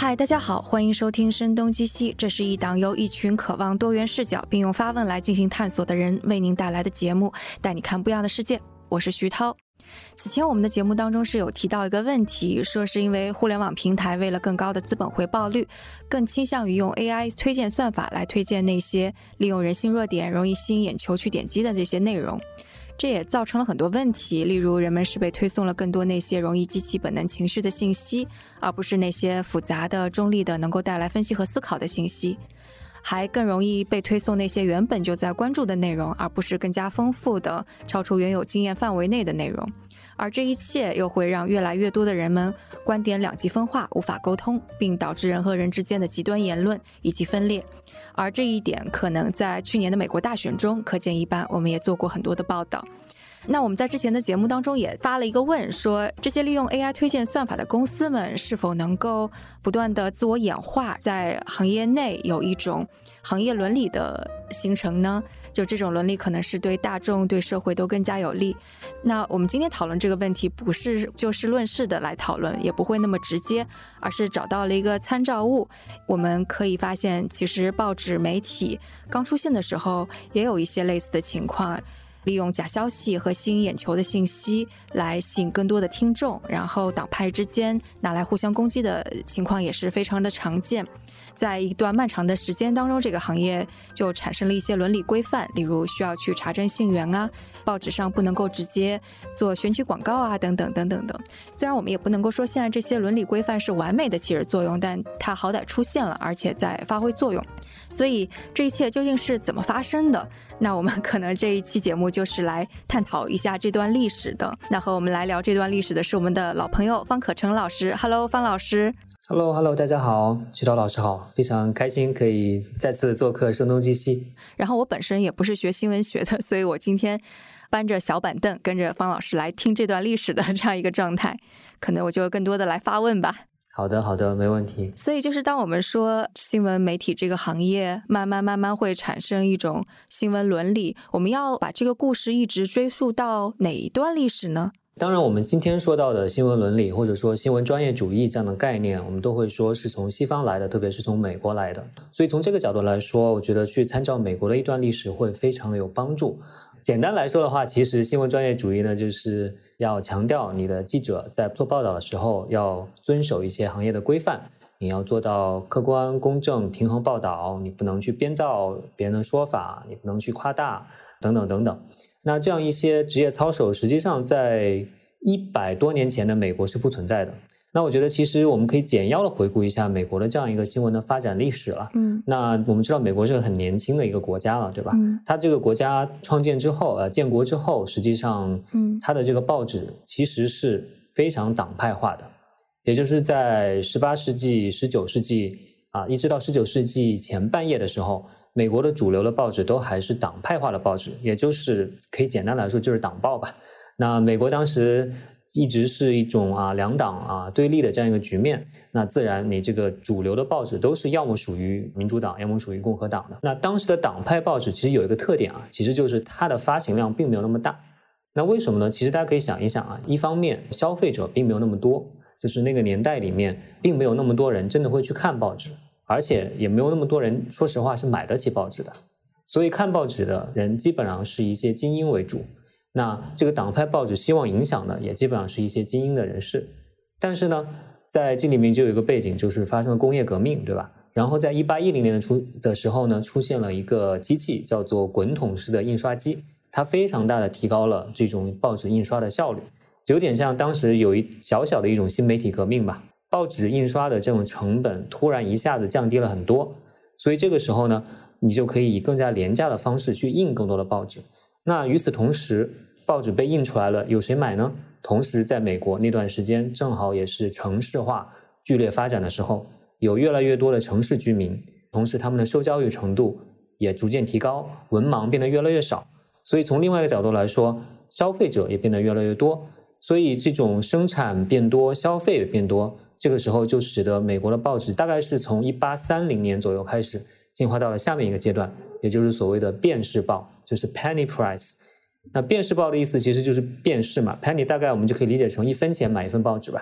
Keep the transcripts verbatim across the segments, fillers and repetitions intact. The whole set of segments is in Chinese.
嗨，大家好，欢迎收听声东击西，这是一档由一群渴望多元视角并用发问来进行探索的人为您带来的节目，带你看不一样的世界。我是徐涛。此前我们的节目当中是有提到一个问题，说是因为互联网平台为了更高的资本回报率，更倾向于用 A I 推荐算法来推荐那些利用人性弱点容易吸引眼球去点击的这些内容。这也造成了很多问题，例如人们是被推送了更多那些容易激起本能情绪的信息，而不是那些复杂的、中立的、能够带来分析和思考的信息，还更容易被推送那些原本就在关注的内容，而不是更加丰富的、超出原有经验范围内的内容。而这一切又会让越来越多的人们观点两极分化，无法沟通，并导致人和人之间的极端言论以及分裂。而这一点可能在去年的美国大选中可见一斑，我们也做过很多的报道。那我们在之前的节目当中也发了一个问，说这些利用 A I 推荐算法的公司们是否能够不断的自我演化，在行业内有一种行业伦理的形成呢？就这种伦理可能是对大众对社会都更加有利。那我们今天讨论这个问题不是就事论事的来讨论，也不会那么直接，而是找到了一个参照物。我们可以发现其实报纸媒体刚出现的时候也有一些类似的情况，利用假消息和吸引眼球的信息来吸引更多的听众，然后党派之间拿来互相攻击的情况也是非常的常见。在一段漫长的时间当中，这个行业就产生了一些伦理规范，例如需要去查证信源啊，报纸上不能够直接做选举广告啊，等等等等的。虽然我们也不能够说现在这些伦理规范是完美的起着作用，但它好歹出现了，而且在发挥作用。所以这一切究竟是怎么发生的？那我们可能这一期节目就是来探讨一下这段历史的。那和我们来聊这段历史的是我们的老朋友方可成老师。 Hello 方老师。 Hello Hello 大家好，徐涛老师好，非常开心可以再次做客声东击西。 然后我本身也不是学新闻学的，所以我今天搬着小板凳跟着方老师来听这段历史的这样一个状态，可能我就更多的来发问吧。 好的好的，没问题。 所以就是当我们说新闻媒体这个行业慢慢慢慢会产生一种新闻伦理，我们要把这个故事一直追溯到哪一段历史呢？ 当然我们今天说到的新闻伦理或者说新闻专业主义这样的概念，我们都会说是从西方来的，特别是从美国来的。所以从这个角度来说，我觉得去参照美国的一段历史会非常的有帮助。简单来说的话，其实新闻专业主义呢，就是要强调你的记者在做报道的时候要遵守一些行业的规范，你要做到客观公正平衡报道，你不能去编造别人的说法，你不能去夸大等等等等。那这样一些职业操守实际上在一百多年前的美国是不存在的。那我觉得其实我们可以简要的回顾一下美国的这样一个新闻的发展历史了。 嗯， 那我们知道美国是个很年轻的一个国家了，对吧？ 嗯， 它这个国家创建之后呃，建国之后，实际上嗯， 它的这个报纸其实是非常党派化的，也就是在十八世纪十九世纪啊，一直到十九世纪前半叶的时候，美国的主流的报纸都还是党派化的报纸，也就是可以简单来说就是党报吧。那美国当时一直是一种啊两党啊对立的这样一个局面，那自然你这个主流的报纸都是要么属于民主党，要么属于共和党的。那当时的党派报纸其实有一个特点啊，其实就是它的发行量并没有那么大。那为什么呢？其实大家可以想一想啊，一方面消费者并没有那么多，就是那个年代里面并没有那么多人真的会去看报纸，而且也没有那么多人说实话是买得起报纸的，所以看报纸的人基本上是一些精英为主。那这个党派报纸希望影响的也基本上是一些精英的人士。但是呢，在这里面就有一个背景，就是发生了工业革命，对吧？然后在一八一零年的出的时候呢，出现了一个机器叫做滚筒式的印刷机，它非常大的提高了这种报纸印刷的效率，有点像当时有一小小的一种新媒体革命吧。报纸印刷的这种成本突然一下子降低了很多，所以这个时候呢，你就可以以更加廉价的方式去印更多的报纸。那与此同时，报纸被印出来了，有谁买呢？同时在美国那段时间正好也是城市化剧烈发展的时候，有越来越多的城市居民，同时他们的受教育程度也逐渐提高，文盲变得越来越少。所以从另外一个角度来说，消费者也变得越来越多，所以这种生产变多，消费也变多，这个时候就使得美国的报纸大概是从一八三零年左右开始进化到了下面一个阶段，也就是所谓的便士报，就是 penny price。那便士报的意思其实就是便士嘛， penny 大概我们就可以理解成一分钱买一份报纸吧，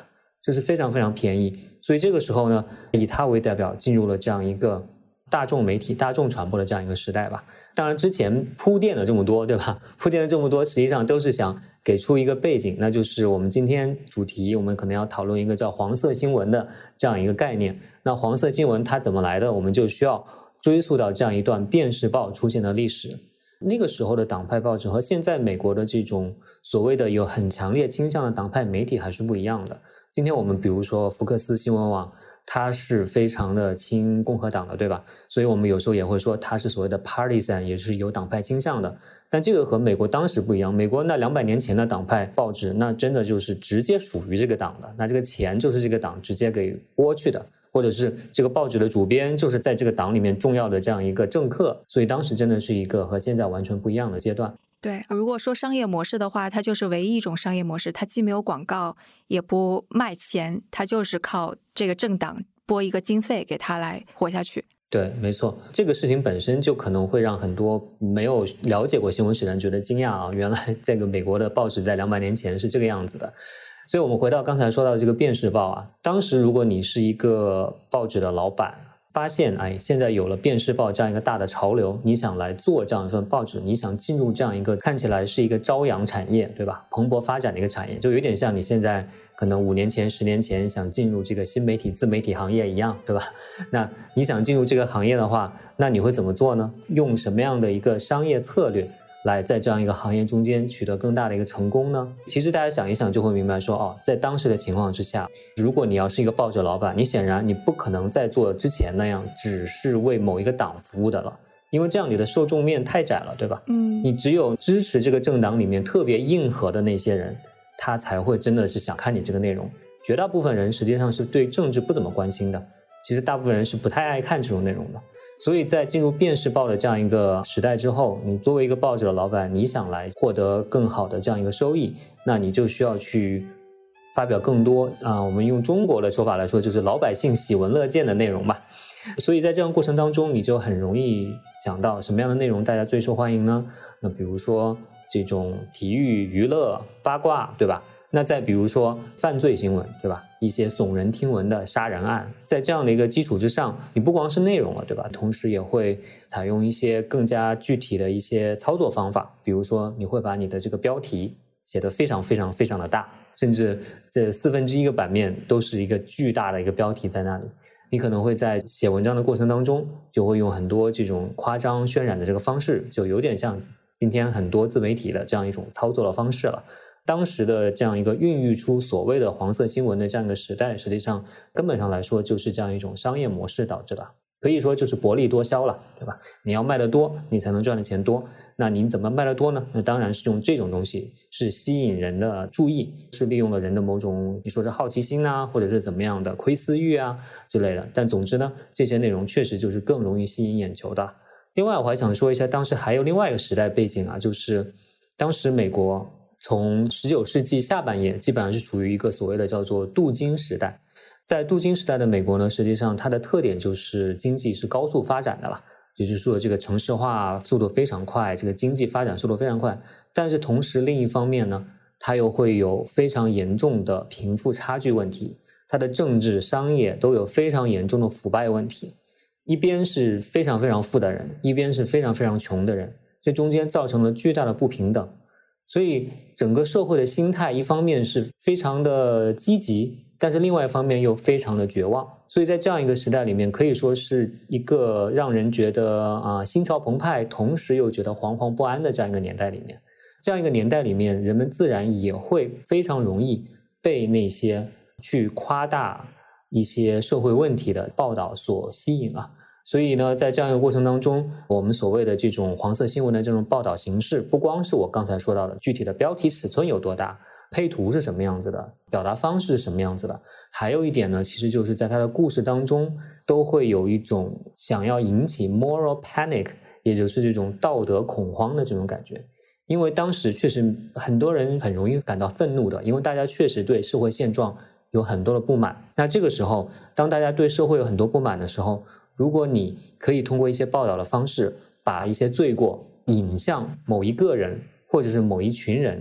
就是非常非常便宜。所以这个时候呢，以它为代表进入了这样一个大众媒体、大众传播的这样一个时代吧。当然之前铺垫了这么多，对吧？铺垫了这么多，实际上都是想给出一个背景，那就是我们今天主题，我们可能要讨论一个叫黄色新闻的这样一个概念。那黄色新闻它怎么来的，我们就需要追溯到这样一段电视报出现的历史。那个时候的党派报纸和现在美国的这种所谓的有很强烈倾向的党派媒体还是不一样的。今天我们比如说福克斯新闻网，它是非常的亲共和党的，对吧？所以我们有时候也会说它是所谓的 partisan， 也是有党派倾向的。但这个和美国当时不一样，美国那两百年前的党派报纸，那真的就是直接属于这个党的，那这个钱就是这个党直接给拨去的，或者是这个报纸的主编就是在这个党里面重要的这样一个政客，所以当时真的是一个和现在完全不一样的阶段。 对，如果说商业模式的话，它就是唯一一种商业模式，它既没有广告，也不卖钱，它就是靠这个政党拨一个经费给它来活下去。 对，没错，这个事情本身就可能会让很多没有了解过新闻史的人觉得惊讶啊，原来这个美国的报纸在两百年前是这个样子的。所以我们回到刚才说到这个电视报啊，当时如果你是一个报纸的老板，发现哎，现在有了电视报这样一个大的潮流，你想来做这样一份报纸，你想进入这样一个看起来是一个朝阳产业，对吧？蓬勃发展的一个产业，就有点像你现在可能五年前、十年前想进入这个新媒体、自媒体行业一样，对吧？那你想进入这个行业的话，那你会怎么做呢？用什么样的一个商业策略来在这样一个行业中间取得更大的一个成功呢？其实大家想一想就会明白说，哦，在当时的情况之下，如果你要是一个报纸老板，你显然你不可能再做之前那样只是为某一个党服务的了，因为这样你的受众面太窄了，对吧？ 嗯， 你只有支持这个政党里面特别硬核的那些人，他才会真的是想看你这个内容。绝大部分人实际上是对政治不怎么关心的，其实大部分人是不太爱看这种内容的。所以在进入电视报的这样一个时代之后，你作为一个报纸的老板，你想来获得更好的这样一个收益，那你就需要去发表更多啊，我们用中国的说法来说，就是老百姓喜闻乐见的内容吧。所以在这样过程当中，你就很容易想到什么样的内容大家最受欢迎呢？那比如说这种体育、娱乐、八卦，对吧？那再比如说犯罪新闻，对吧？一些耸人听闻的杀人案，在这样的一个基础之上，你不光是内容了，对吧？同时也会采用一些更加具体的一些操作方法，比如说你会把你的这个标题写得非常非常非常的大，甚至这四分之一个版面都是一个巨大的一个标题在那里。你可能会在写文章的过程当中，就会用很多这种夸张渲染的这个方式，就有点像今天很多自媒体的这样一种操作的方式了。当时的这样一个孕育出所谓的黄色新闻的这样一个时代，实际上根本上来说就是这样一种商业模式导致的，可以说就是薄利多销了，对吧？你要卖得多，你才能赚的钱多。那你怎么卖得多呢？那当然是用这种东西，是吸引人的注意，是利用了人的某种你说是好奇心啊，或者是怎么样的窥私欲啊之类的。但总之呢，这些内容确实就是更容易吸引眼球的。另外我还想说一下，当时还有另外一个时代背景啊，就是当时美国从十九世纪下半叶基本上是处于一个所谓的叫做镀金时代。在镀金时代的美国呢，实际上它的特点就是经济是高速发展的了，也就是说这个城市化速度非常快，这个经济发展速度非常快。但是同时另一方面呢，它又会有非常严重的贫富差距问题，它的政治商业都有非常严重的腐败问题，一边是非常非常富的人，一边是非常非常穷的人，这中间造成了巨大的不平等。所以整个社会的心态一方面是非常的积极，但是另外一方面又非常的绝望。所以在这样一个时代里面，可以说是一个让人觉得啊、呃、心潮澎湃，同时又觉得惶惶不安的这样一个年代里面。这样一个年代里面，人们自然也会非常容易被那些去夸大一些社会问题的报道所吸引了。所以呢，在这样一个过程当中，我们所谓的这种黄色新闻的这种报道形式，不光是我刚才说到的具体的标题尺寸有多大，配图是什么样子的，表达方式是什么样子的，还有一点呢，其实就是在它的故事当中都会有一种想要引起 moral panic， 也就是这种道德恐慌的这种感觉。因为当时确实很多人很容易感到愤怒的，因为大家确实对社会现状有很多的不满。那这个时候，当大家对社会有很多不满的时候，如果你可以通过一些报道的方式，把一些罪过引向某一个人或者是某一群人，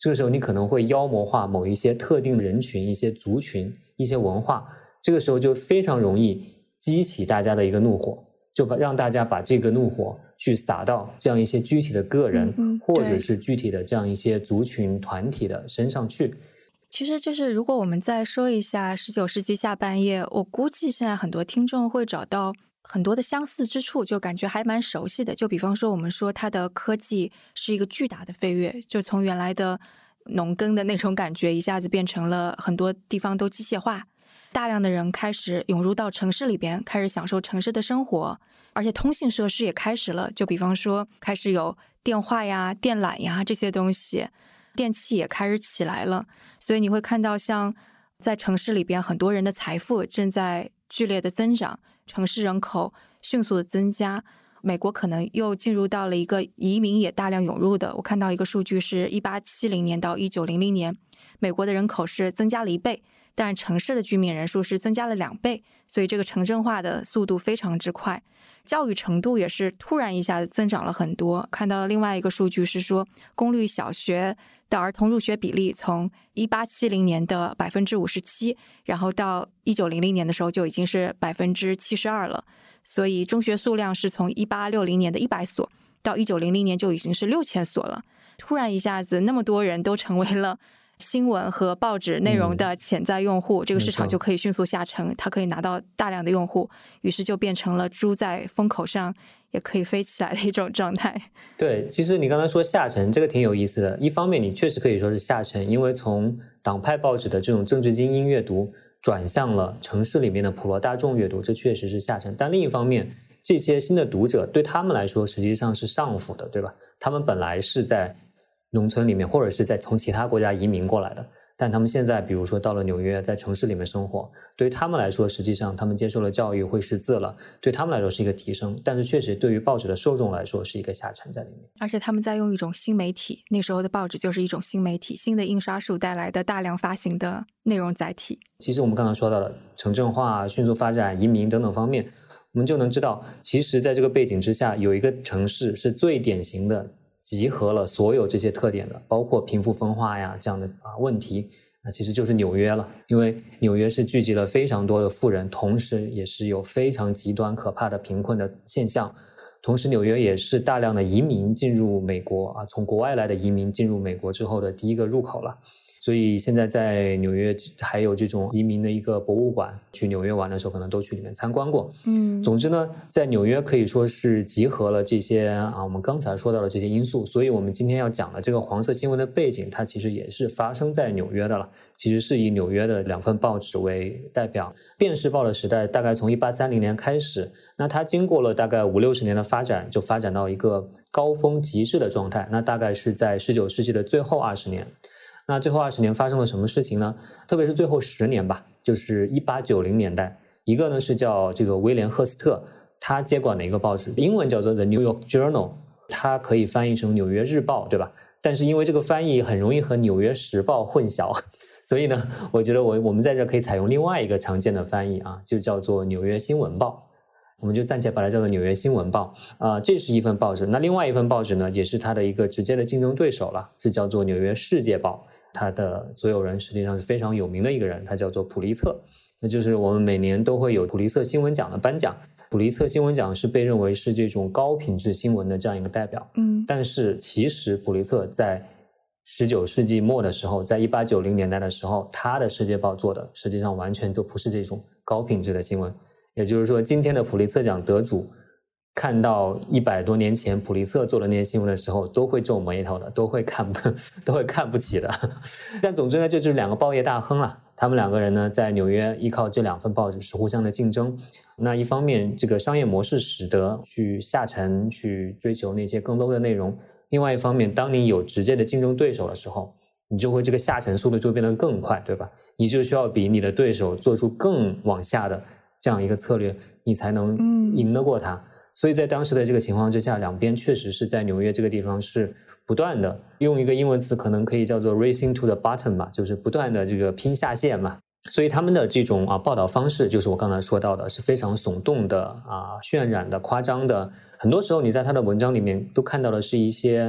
这个时候你可能会妖魔化某一些特定人群、一些族群、一些文化，这个时候就非常容易激起大家的一个怒火，就把让大家把这个怒火去撒到这样一些具体的个人、 嗯、 或者是具体的这样一些族群团体的身上去。 其实就是如果我们再说一下十九世纪下半叶，我估计现在很多听众会找到很多的相似之处，就感觉还蛮熟悉的。就比方说我们说它的科技是一个巨大的飞跃，就从原来的农耕的那种感觉一下子变成了很多地方都机械化，大量的人开始涌入到城市里边，开始享受城市的生活，而且通信设施也开始了，就比方说开始有电话呀、电缆呀这些东西，电器也开始起来了。所以你会看到像在城市里边很多人的财富正在剧烈的增长，城市人口迅速的增加，美国可能又进入到了一个移民也大量涌入的。我看到一个数据是一八七零年到一九零零年，美国的人口是增加了一倍，但城市的居民人数是增加了两倍，所以这个城镇化的速度非常之快，教育程度也是突然一下子增长了很多。看到另外一个数据是说，公立小学的儿童入学比例从一八七零年的 百分之五十七， 然后到一九零零年的时候就已经是 百分之七十二 了，所以中学数量是从一八六零年的一百所到一九零零年就已经是六千所了。突然一下子那么多人都成为了新闻和报纸内容的潜在用户、嗯、这个市场就可以迅速下沉，它可以拿到大量的用户，于是就变成了猪在风口上也可以飞起来的一种状态。 对，其实你刚才说下沉这个挺有意思的，一方面你确实可以说是下沉，因为从党派报纸的这种政治精英阅读转向了城市里面的普罗大众阅读，这确实是下沉。但另一方面，这些新的读者对他们来说实际上是上浮的，对吧？他们本来是在农村里面，或者是在从其他国家移民过来的，但他们现在比如说到了纽约，在城市里面生活，对于他们来说实际上他们接受了教育，会识字了，对他们来说是一个提升，但是确实对于报纸的受众来说是一个下沉在里面。 而且他们在用一种新媒体，那时候的报纸就是一种新媒体，新的印刷术带来的大量发行的内容载体。 其实我们刚才说到了城镇化、迅速发展、移民等等方面，我们就能知道其实在这个背景之下，有一个城市是最典型的集合了所有这些特点的，包括贫富分化呀这样的啊问题，那其实就是纽约了。因为纽约是聚集了非常多的富人，同时也是有非常极端可怕的贫困的现象，同时纽约也是大量的移民进入美国啊，从国外来的移民进入美国之后的第一个入口了。所以现在在纽约还有这种移民的一个博物馆，去纽约玩的时候可能都去里面参观过。 嗯， 总之呢，在纽约可以说是集合了这些啊我们刚才说到的这些因素，所以我们今天要讲的这个黄色新闻的背景，它其实也是发生在纽约的了。其实是以纽约的两份报纸为代表，电视报的时代大概从一八三零年开始，那它经过了大概五六十年的发展，就发展到一个高峰极致的状态，那大概是在十九世纪的最后二十年。那最后二十年发生了什么事情呢？特别是最后十年吧，就是一八九零年代，一个呢是叫这个威廉赫斯特，他接管的一个报纸，英文叫做 The New York Journal， 它可以翻译成纽约日报，对吧？但是因为这个翻译很容易和纽约时报混淆，所以呢，我觉得我我们在这可以采用另外一个常见的翻译啊，就叫做纽约新闻报。我们就暂且把它叫做纽约新闻报啊、呃，这是一份报纸。那另外一份报纸呢，也是它的一个直接的竞争对手了，是叫做纽约世界报。它的所有人实际上是非常有名的一个人，他叫做普利策。那就是我们每年都会有普利策新闻奖的颁奖。普利策新闻奖是被认为是这种高品质新闻的这样一个代表。 嗯， 但是其实普利策在十九世纪末的时候，在一八九零年代的时候，他的世界报做的实际上完全都不是这种高品质的新闻。也就是说，今天的普利策奖得主看到一百多年前普利策做的那些新闻的时候，都会皱眉头的，都会看不都会看不起的。但总之呢，就是两个报业大亨了。他们两个人呢，在纽约依靠这两份报纸是互相的竞争。那一方面，这个商业模式使得去下沉，去追求那些更 low 的内容；另外一方面，当你有直接的竞争对手的时候，你就会这个下沉速度就变得更快，对吧？你就需要比你的对手做出更往下的这样一个策略，你才能赢得过他。嗯，所以在当时的这个情况之下，两边确实是在纽约这个地方是不断的，用一个英文词可能可以叫做 racing to the bottom 嘛，就是不断的这个拼下线嘛。所以他们的这种啊报道方式，就是我刚才说到的，是非常耸动的啊、渲染的、夸张的。很多时候你在他的文章里面都看到的是一些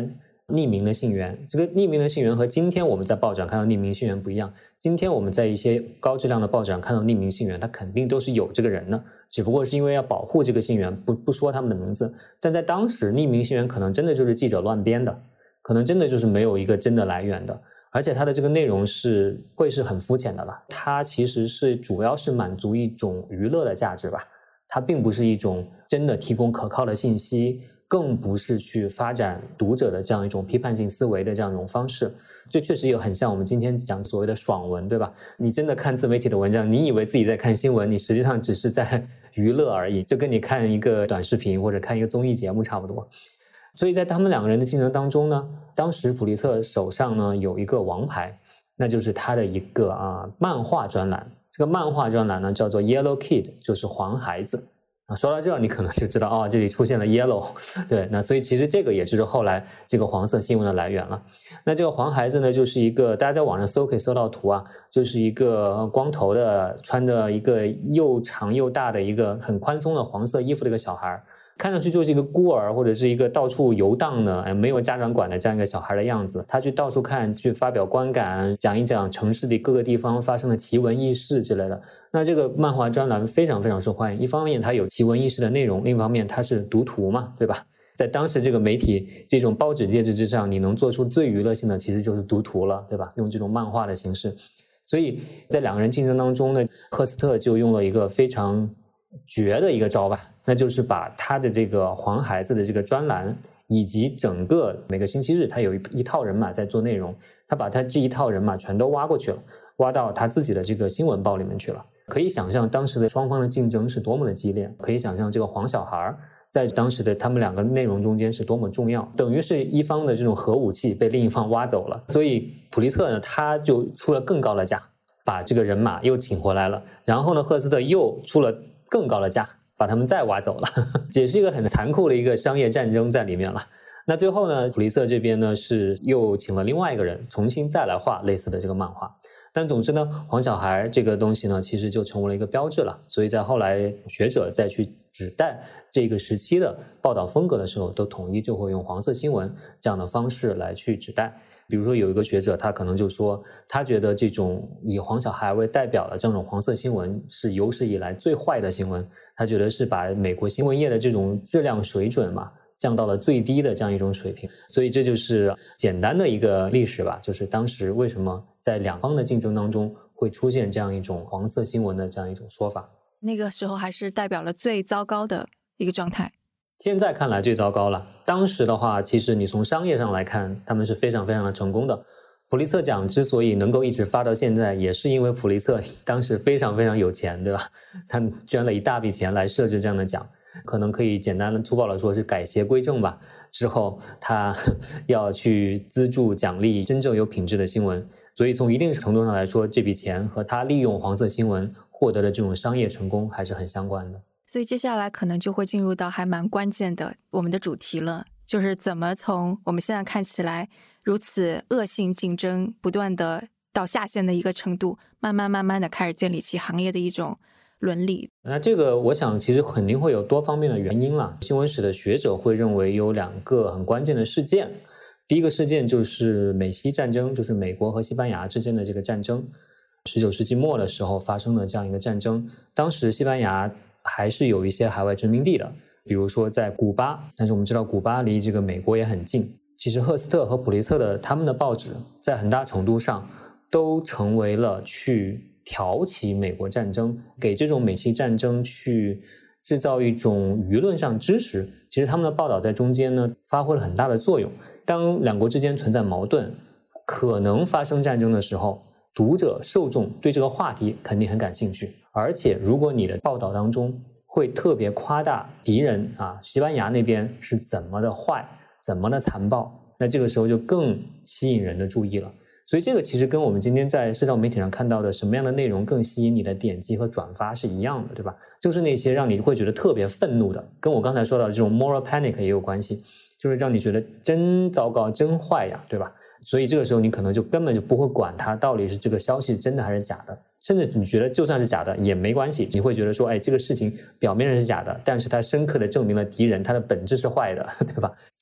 匿名的信源。这个匿名的信源和今天我们在报纸上看到匿名信源不一样，今天我们在一些高质量的报纸上看到匿名信源，它肯定都是有这个人的，只不过是因为要保护这个信源，不不说他们的名字。但在当时，匿名信源可能真的就是记者乱编的，可能真的就是没有一个真的来源的，而且它的这个内容是会是很肤浅的了。它其实是主要是满足一种娱乐的价值吧，它并不是一种真的提供可靠的信息，更不是去发展读者的这样一种批判性思维的这样一种方式。这确实也很像我们今天讲所谓的爽文，对吧？你真的看自媒体的文章，你以为自己在看新闻，你实际上只是在娱乐而已，就跟你看一个短视频或者看一个综艺节目差不多。所以在他们两个人的竞争当中呢，当时普利策手上呢有一个王牌，那就是他的一个啊漫画专栏。这个漫画专栏呢叫做 Yellow Kid， 就是黄孩子。啊，说到这儿你可能就知道哦，这里出现了 yellow， 对，那所以其实这个也就是后来这个黄色新闻的来源了。那这个黄孩子呢，就是一个大家在网上搜可以搜到图啊，就是一个光头的，穿着一个又长又大的一个很宽松的黄色衣服的一个小孩。看上去就是一个孤儿或者是一个到处游荡的，哎，没有家长管的这样一个小孩的样子。他去到处看，去发表观感，讲一讲城市里各个地方发生的奇闻异事之类的。那这个漫画专栏非常非常受欢迎，一方面它有奇闻异事的内容，另一方面它是读图嘛，对吧？在当时这个媒体这种报纸介质之上，你能做出最娱乐性的其实就是读图了，对吧？用这种漫画的形式。所以在两个人竞争当中呢，赫斯特就用了一个非常绝的一个招吧，那就是把他的这个黄孩子的这个专栏以及整个每个星期日他有一一套人马在做内容，他把他这一套人马全都挖过去了，挖到他自己的这个新闻报里面去了。可以想象当时的双方的竞争是多么的激烈，可以想象这个黄小孩在当时的他们两个内容中间是多么重要，等于是一方的这种核武器被另一方挖走了。所以普利策呢，他就出了更高的价，把这个人马又请回来了，然后呢，赫斯特又出了更高的价，把他们再挖走了，也是一个很残酷的一个商业战争在里面了。那最后呢，普利策这边呢是又请了另外一个人重新再来画类似的这个漫画。但总之呢，黄小孩这个东西呢其实就成为了一个标志了，所以在后来学者再去指代这个时期的报道风格的时候，都统一就会用黄色新闻这样的方式来去指代。比如说有一个学者他可能就说，他觉得这种以黄小孩为代表的这种黄色新闻是有史以来最坏的新闻，他觉得是把美国新闻业的这种质量水准嘛降到了最低的这样一种水平。所以这就是简单的一个历史吧，就是当时为什么在两方的竞争当中会出现这样一种黄色新闻的这样一种说法。 那个时候还是代表了最糟糕的一个状态， 现在看来最糟糕了。当时的话，其实你从商业上来看，他们是非常非常的成功的。普利策奖之所以能够一直发到现在，也是因为普利策当时非常非常有钱，对吧？他捐了一大笔钱来设置这样的奖，可能可以简单的粗暴的说是改邪归正吧。之后他要去资助奖励真正有品质的新闻，所以从一定程度上来说，这笔钱和他利用黄色新闻获得的这种商业成功还是很相关的。 所以接下来可能就会进入到还蛮关键的我们的主题了，就是怎么从我们现在看起来如此恶性竞争不断的到下线的一个程度，慢慢慢慢的开始建立起行业的一种伦理。 那这个我想其实肯定会有多方面的原因啦。新闻史的学者会认为有两个很关键的事件。第一个事件就是美西战争，就是美国和西班牙之间的这个战争，十九世纪末的时候发生的这样一个战争。当时西班牙还是有一些海外殖民地的，比如说在古巴，但是我们知道古巴离这个美国也很近。其实赫斯特和普利策的他们的报纸在很大程度上都成为了去挑起美国战争，给这种美西战争去制造一种舆论上支持。其实他们的报道在中间呢发挥了很大的作用。当两国之间存在矛盾，可能发生战争的时候，读者受众对这个话题肯定很感兴趣，而且如果你的报道当中会特别夸大敌人啊，西班牙那边是怎么的坏，怎么的残暴，那这个时候就更吸引人的注意了。所以这个其实跟我们今天在社交媒体上看到的什么样的内容更吸引你的点击和转发是一样的，对吧？就是那些让你会觉得特别愤怒的，跟我刚才说到的这种 moral panic 也有关系，就是让你觉得真糟糕真坏呀，对吧？所以这个时候你可能就根本就不会管它到底是这个消息真的还是假的，甚至你觉得就算是假的也没关系，你会觉得说，哎，这个事情表面上是假的，但是它深刻的证明了敌人他的本质是坏的，对吧？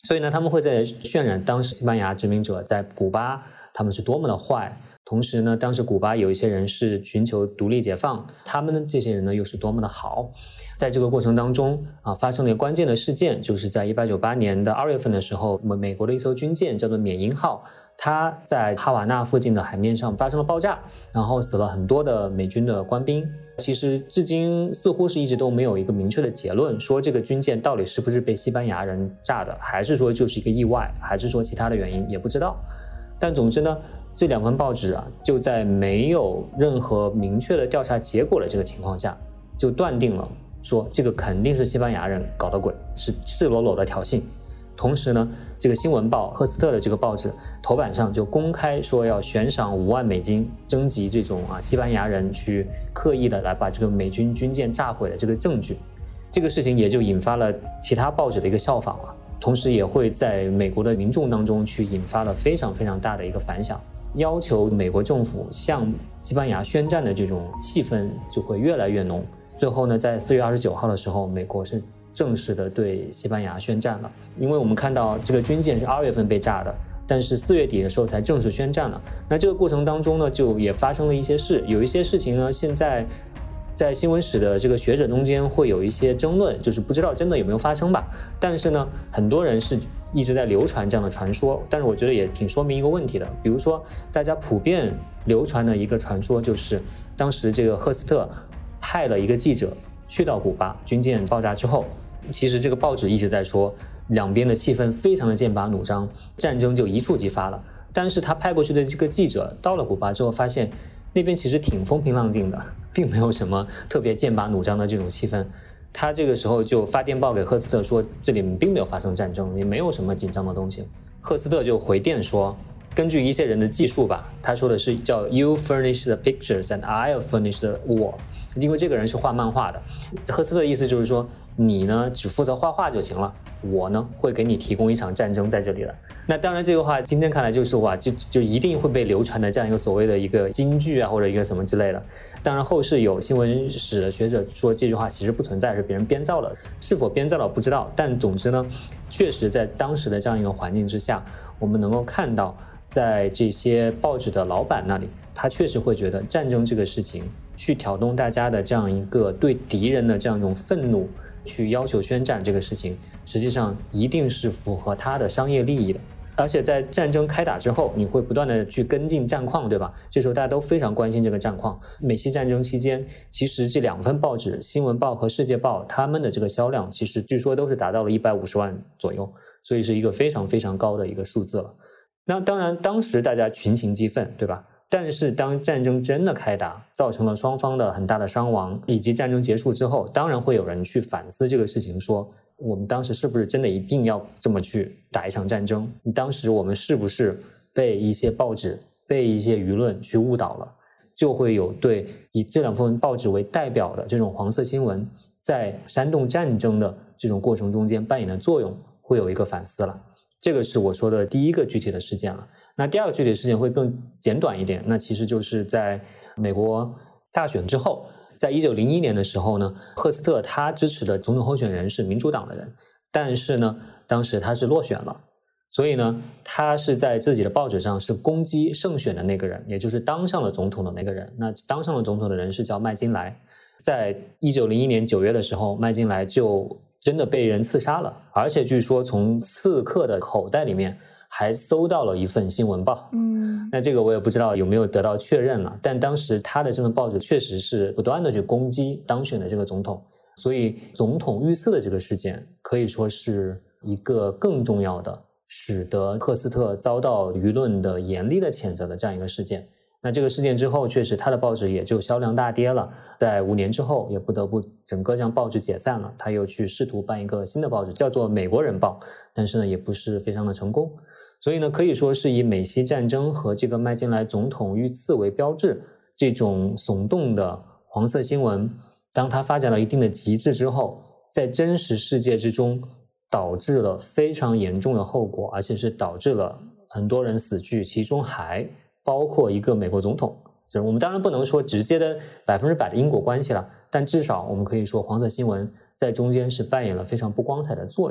所以呢，他们会在渲染当时西班牙殖民者在古巴他们是多么的坏，同时呢，当时古巴有一些人是寻求独立解放，他们的这些人呢又是多么的好。在这个过程当中啊，发生了关键的事件，就是在一八九八年的二月份的时候，美国的一艘军舰叫做缅因号，它在哈瓦那附近的海面上发生了爆炸，然后死了很多的美军的官兵。其实至今似乎是一直都没有一个明确的结论，说这个军舰到底是不是被西班牙人炸的，还是说就是一个意外，还是说其他的原因，也不知道。但总之呢，这两份报纸啊，就在没有任何明确的调查结果的这个情况下，就断定了说这个肯定是西班牙人搞的鬼，是赤裸裸的挑衅。同时呢，这个新闻报赫斯特的这个报纸头版上就公开说要悬赏五万美金征集这种啊西班牙人去刻意的来把这个美军军舰炸毁的这个证据。这个事情也就引发了其他报纸的一个效仿啊，同时也会在美国的民众当中去引发了非常非常大的一个反响，要求美国政府向西班牙宣战的这种气氛就会越来越浓。最后呢，在四月二十九号的时候，美国是正式的对西班牙宣战了。因为我们看到这个军舰是二月份被炸的，但是四月底的时候才正式宣战了。那这个过程当中呢，就也发生了一些事，有一些事情呢，现在在新闻史的这个学者中间会有一些争论，就是不知道真的有没有发生吧。但是呢，很多人是一直在流传这样的传说，但是我觉得也挺说明一个问题的。比如说，大家普遍流传的一个传说就是，当时这个赫斯特派了一个记者去到古巴，军舰爆炸之后，其实这个报纸一直在说两边的气氛非常的剑拔弩张，战争就一触即发了。但是他派过去的这个记者到了古巴之后，发现那边其实挺风平浪静的，并没有什么特别剑拔弩张的这种气氛。他这个时候就发电报给赫斯特说，这里并没有发生战争，也没有什么紧张的东西。赫斯特就回电说，根据一些人的记述吧，他说的是叫 You furnish the pictures and I'll furnish the war， 因为这个人是画漫画的。赫斯特的意思就是说，你呢只负责画画就行了，我呢会给你提供一场战争在这里的。那当然这个话今天看来就是哇，就就一定会被流传的这样一个所谓的一个金句啊，或者一个什么之类的。当然后世有新闻史的学者说这句话其实不存在，是别人编造的，是否编造了不知道。但总之呢，确实在当时的这样一个环境之下，我们能够看到在这些报纸的老板那里，他确实会觉得战争这个事情去挑动大家的这样一个对敌人的这样一种愤怒，去要求宣战这个事情，实际上一定是符合他的商业利益的。而且在战争开打之后，你会不断的去跟进战况，对吧？这时候大家都非常关心这个战况。美西战争期间，其实这两份报纸《新闻报》和《世界报》他们的这个销量，其实据说都是达到了一百五十万左右，所以是一个非常非常高的一个数字了。那当然，当时大家群情激愤，对吧？但是当战争真的开打，造成了双方的很大的伤亡，以及战争结束之后，当然会有人去反思这个事情，说我们当时是不是真的一定要这么去打一场战争？当时我们是不是被一些报纸、被一些舆论去误导了？就会有对以这两份报纸为代表的这种黄色新闻，在煽动战争的这种过程中间扮演的作用，会有一个反思了。这个是我说的第一个具体的事件了。那第二个具体的事件会更简短一点，那其实就是在美国大选之后，在一九零一年的时候呢，赫斯特他支持的总统候选人是民主党的人，但是呢，当时他是落选了，所以呢，他是在自己的报纸上是攻击胜选的那个人，也就是当上了总统的那个人。那当上了总统的人是叫麦金莱，在一九零一年九月的时候，麦金莱就真的被人刺杀了，而且据说从刺客的口袋里面还搜到了一份新闻报。嗯，那这个我也不知道有没有得到确认了，但当时他的这份报纸确实是不断的去攻击当选的这个总统，所以总统遇刺的这个事件可以说是一个更重要的使得赫斯特遭到舆论的严厉的谴责的这样一个事件。那这个事件之后，确实他的报纸也就销量大跌了，在五年之后也不得不整个将报纸解散了，他又去试图办一个新的报纸，叫做美国人报，但是呢也不是非常的成功。所以呢可以说是以美西战争和这个麦金莱总统遇刺为标志，这种耸动的黄色新闻，当它发展到一定的极致之后，在真实世界之中导致了非常严重的后果，而且是导致了很多人死去，其中还包括一个美国总统。我们当然不能说直接的百分之百的因果关系了，但至少我们可以说黄色新闻在中间是扮演了非常不光彩的作用。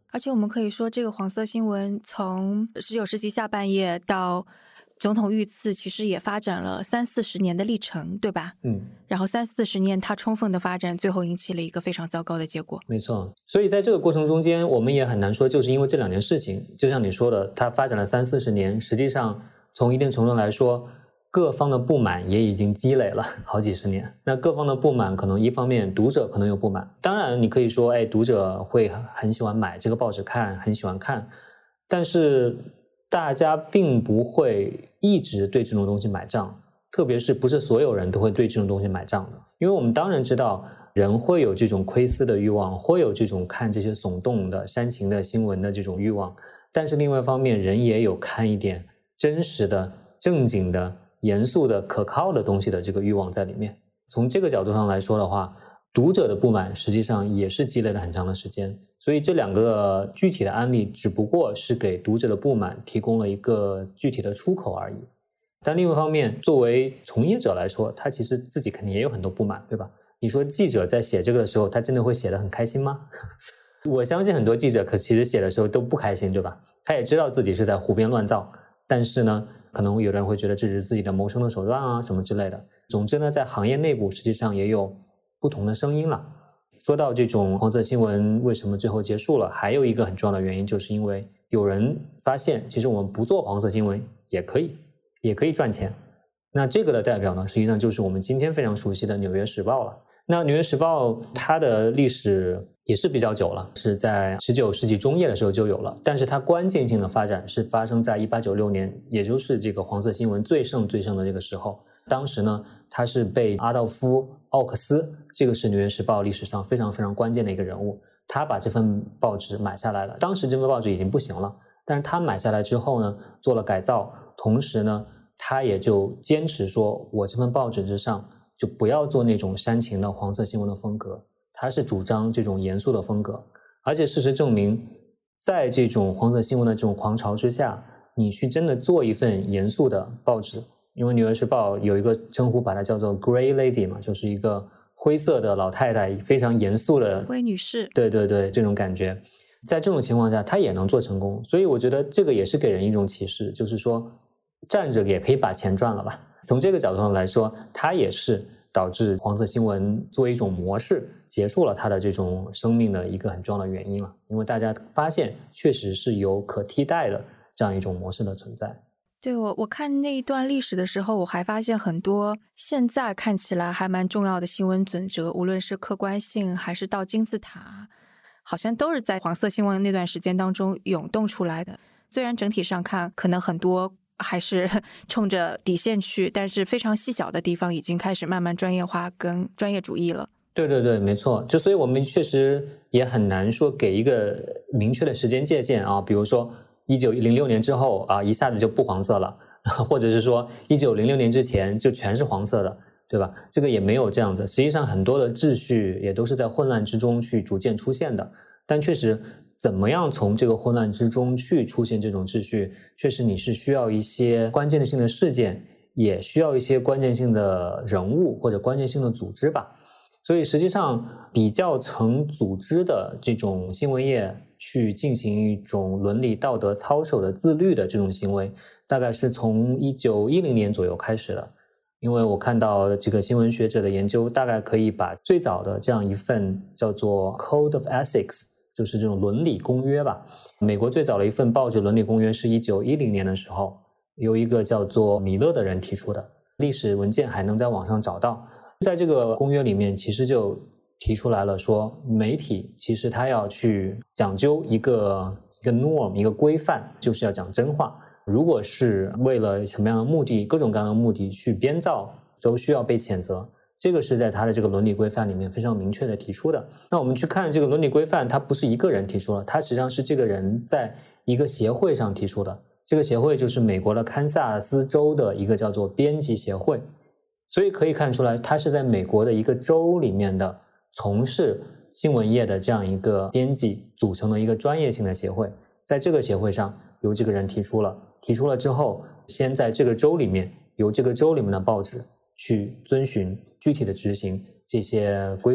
而且我们可以说，这个黄色新闻从十九世纪下半叶到总统遇刺，其实也发展了三四十年的历程，对吧？ 嗯， 然后三四十年它充分的发展，最后引起了一个非常糟糕的结果。 没错，所以在这个过程中间，我们也很难说就是因为这两件事情，就像你说的，它发展了三四十年，实际上从一定程度来说，各方的不满也已经积累了好几十年。那各方的不满，可能一方面读者可能有不满，当然你可以说，哎，读者会很喜欢买这个报纸看，很喜欢看，但是大家并不会一直对这种东西买账，特别是不是所有人都会对这种东西买账的。因为我们当然知道人会有这种窥私的欲望，会有这种看这些耸动的煽情的新闻的这种欲望，但是另外一方面人也有看一点真实的正经的严肃的可靠的东西的这个欲望在里面。从这个角度上来说的话，读者的不满实际上也是积累了很长的时间，所以这两个具体的案例只不过是给读者的不满提供了一个具体的出口而已。但另外一方面，作为从业者来说，他其实自己肯定也有很多不满，对吧？你说记者在写这个的时候，他真的会写得很开心吗？我相信很多记者可其实写的时候都不开心，对吧？他也知道自己是在胡编乱造，但是呢，可能有的人会觉得这是自己的谋生的手段啊什么之类的。总之呢，在行业内部实际上也有不同的声音了。说到这种黄色新闻为什么最后结束了，还有一个很重要的原因，就是因为有人发现其实我们不做黄色新闻也可以也可以赚钱。那这个的代表呢，实际上就是我们今天非常熟悉的《纽约时报》了。那《纽约时报》它的历史也是比较久了，是在十九世纪中叶的时候就有了，但是它关键性的发展是发生在一八九六年，也就是这个黄色新闻最盛最盛的这个时候。当时呢，它是被阿道夫·奥克斯，这个是《纽约时报》历史上非常非常关键的一个人物，他把这份报纸买下来了。当时这份报纸已经不行了，但是他买下来之后呢，做了改造，同时呢，他也就坚持说，我这份报纸之上就不要做那种煽情的黄色新闻的风格，他是主张这种严肃的风格。而且事实证明，在这种黄色新闻的这种狂潮之下，你去真的做一份严肃的报纸，因为《纽约时报》有一个称呼把它叫做 Grey Lady 嘛，就是一个灰色的老太太，非常严肃的灰女士， 对对对，这种感觉。在这种情况下，他也能做成功，所以我觉得这个也是给人一种启示，就是说站着也可以把钱赚了吧。从这个角度上来说，它也是导致黄色新闻作为一种模式结束了它的这种生命的一个很重要的原因了。因为大家发现确实是有可替代的这样一种模式的存在。 对，我我看那一段历史的时候，我还发现很多现在看起来还蛮重要的新闻准则，无论是客观性还是到金字塔，好像都是在黄色新闻那段时间当中涌动出来的。虽然整体上看可能很多还是冲着底线去，但是非常细小的地方已经开始慢慢专业化跟专业主义了。 对对对，没错。就所以我们确实也很难说给一个明确的时间界限啊，比如说一九零六年之后啊，一下子就不黄色了，或者是说一九零六年之前就全是黄色的，对吧？这个也没有这样子。实际上很多的秩序也都是在混乱之中去逐渐出现的，但确实怎么样从这个混乱之中去出现这种秩序，确实你是需要一些关键性的事件，也需要一些关键性的人物或者关键性的组织吧。所以实际上比较成组织的这种新闻业去进行一种伦理道德操守的自律的这种行为，大概是从一九一零年左右开始的。因为我看到这个新闻学者的研究，大概可以把最早的这样一份叫做 Code of Ethics， 就是这种伦理公约吧。美国最早的一份报纸伦理公约是一九一零年的时候，由一个叫做米勒的人提出的，历史文件还能在网上找到。在这个公约里面其实就提出来了说，媒体其实它要去讲究一个一个 norm 一个规范，就是要讲真话。如果是为了什么样的目的，各种各样的目的去编造，都需要被谴责。这个是在他的这个伦理规范里面非常明确的提出的。那我们去看这个伦理规范，它不是一个人提出了，它实际上是这个人在一个协会上提出的。这个协会就是美国的堪萨斯州的一个叫做编辑协会。所以可以看出来，它是在美国的一个州里面的从事新闻业的这样一个编辑组成的一个专业性的协会。在这个协会上，由这个人提出了，提出了之后，先在这个州里面，由这个州里面的报纸去遵循具体的执行这些规范，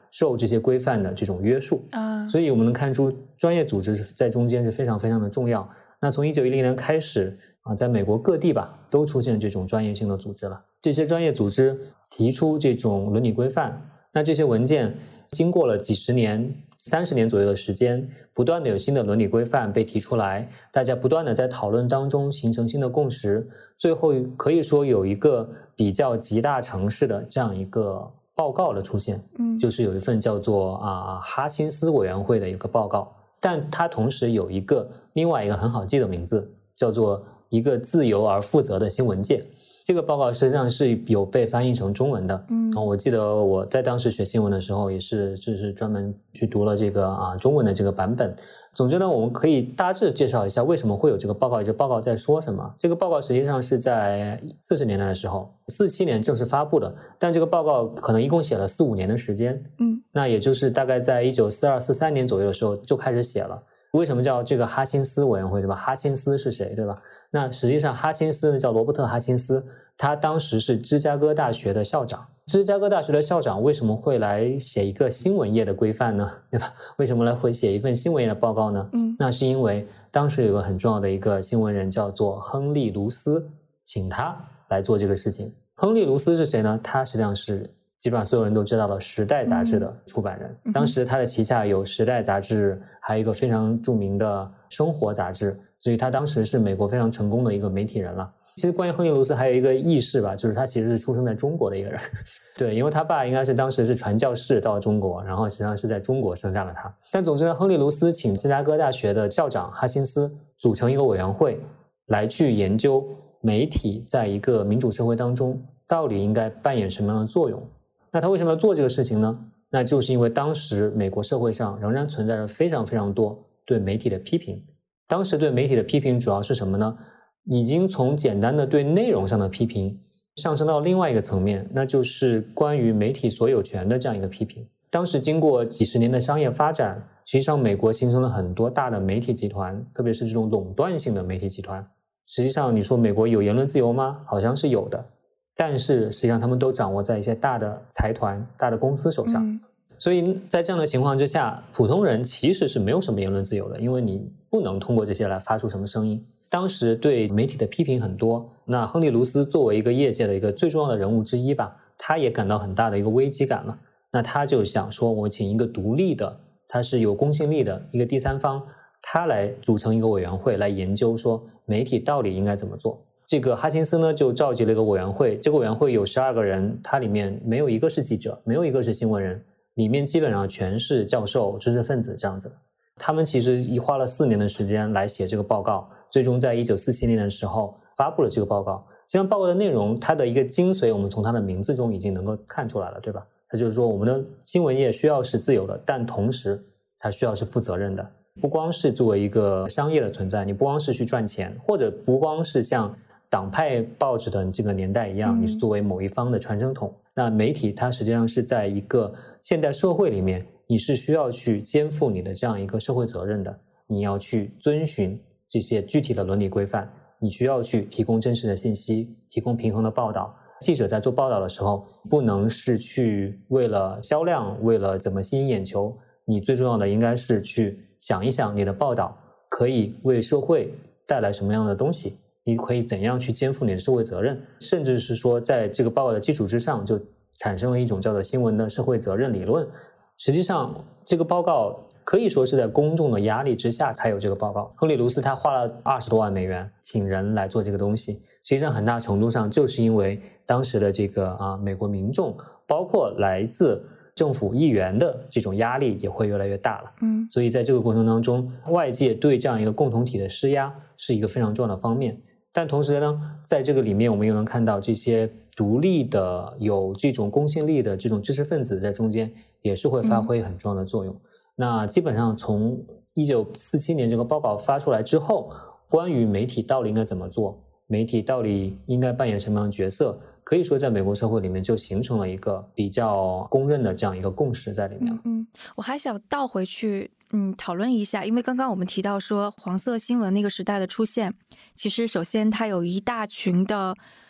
受这些规范的这种约束啊。 所以我们能看出专业组织在中间是非常非常的重要。那从一九一零年开始啊，在美国各地吧都出现这种专业性的组织了。这些专业组织提出这种伦理规范，那这些文件经过了几十年、三十年左右的时间，不断的有新的伦理规范被提出来，大家不断的在讨论当中形成新的共识，最后可以说有一个比较集大成式的这样一个报告的出现， 嗯， 就是有一份叫做啊哈辛斯委员会的一个报告，但它同时有一个另外一个很好记的名字，叫做一个自由而负责的新闻界。这个报告实际上是有被翻译成中文的，嗯，我记得我在当时学新闻的时候，也是就是专门去读了这个啊中文的这个版本。总之呢，我们可以大致介绍一下为什么会有这个报告，这个报告在说什么。这个报告实际上是在四十年代的时候，四七年正式发布的，但这个报告可能一共写了四五年的时间，嗯，那也就是大概在一九四二、四三年左右的时候就开始写了。为什么叫这个哈辛斯委员会，对吧？哈辛斯是谁，对吧？那实际上哈辛斯呢叫罗伯特·哈辛斯，他当时是芝加哥大学的校长。芝加哥大学的校长为什么会来写一个新闻业的规范呢？对吧？为什么来会写一份新闻业的报告呢？嗯，那是因为当时有个很重要的一个新闻人叫做亨利·卢斯，请他来做这个事情。亨利·卢斯是谁呢？他实际上是基本上所有人都知道了《时代》杂志的出版人，嗯、当时他的旗下有《时代》杂志，还有一个非常著名的《生活》杂志，所以他当时是美国非常成功的一个媒体人了。其实关于亨利·卢斯还有一个轶事吧，就是他其实是出生在中国的一个人，对，因为他爸应该是当时是传教士到了中国，然后实际上是在中国生下了他。但总之呢，亨利·卢斯请芝加哥大学的校长哈辛斯组成一个委员会，来去研究媒体在一个民主社会当中到底应该扮演什么样的作用。那他为什么要做这个事情呢？那就是因为当时美国社会上仍然存在着非常非常多对媒体的批评。当时对媒体的批评主要是什么呢？已经从简单的对内容上的批评上升到另外一个层面，那就是关于媒体所有权的这样一个批评。当时经过几十年的商业发展，实际上美国形成了很多大的媒体集团，特别是这种垄断性的媒体集团。实际上你说美国有言论自由吗？好像是有的，但是实际上他们都掌握在一些大的财团、大的公司手上、嗯、所以在这样的情况之下，普通人其实是没有什么言论自由的，因为你不能通过这些来发出什么声音。当时对媒体的批评很多，那亨利·卢斯作为一个业界的一个最重要的人物之一吧，他也感到很大的一个危机感了。那他就想说，我请一个独立的，他是有公信力的一个第三方，他来组成一个委员会来研究说媒体到底应该怎么做。这个哈辛斯呢就召集了一个委员会，这个委员会有十二个人，它里面没有一个是记者，没有一个是新闻人，里面基本上全是教授、知识分子这样子的。他们其实一花了四年的时间来写这个报告，最终在一九四七年的时候发布了这个报告。这样报告的内容，它的一个精髓，我们从它的名字中已经能够看出来了，对吧？它就是说，我们的新闻业需要是自由的，但同时它需要是负责任的，不光是作为一个商业的存在，你不光是去赚钱，或者不光是像党派报纸的这个年代一样，你是作为某一方的传声筒。那媒体它实际上是在一个现代社会里面，你是需要去肩负你的这样一个社会责任的，你要去遵循这些具体的伦理规范，你需要去提供真实的信息，提供平衡的报道。记者在做报道的时候，不能是去为了销量，为了怎么吸引眼球，你最重要的应该是去想一想你的报道可以为社会带来什么样的东西，你可以怎样去肩负你的社会责任，甚至是说在这个报告的基础之上就产生了一种叫做新闻的社会责任理论。实际上这个报告可以说是在公众的压力之下才有这个报告。亨利·卢斯他花了二十多万美元请人来做这个东西，实际上很大程度上就是因为当时的这个啊美国民众，包括来自政府议员的这种压力也会越来越大了。嗯，所以在这个过程当中，外界对这样一个共同体的施压是一个非常重要的方面。但同时呢，在这个里面我们又能看到这些独立的有这种公信力的这种知识分子在中间也是会发挥很重要的作用、嗯、那基本上从一九四七年这个报告发出来之后，关于媒体到底应该怎么做，媒体到底应该扮演什么样的角色，可以说在美国社会里面就形成了一个比较公认的这样一个共识在里面。 嗯嗯，我还想倒回去嗯，讨论一下，因为刚刚我们提到说黄色新闻那个时代的出现，其实首先它有一大群的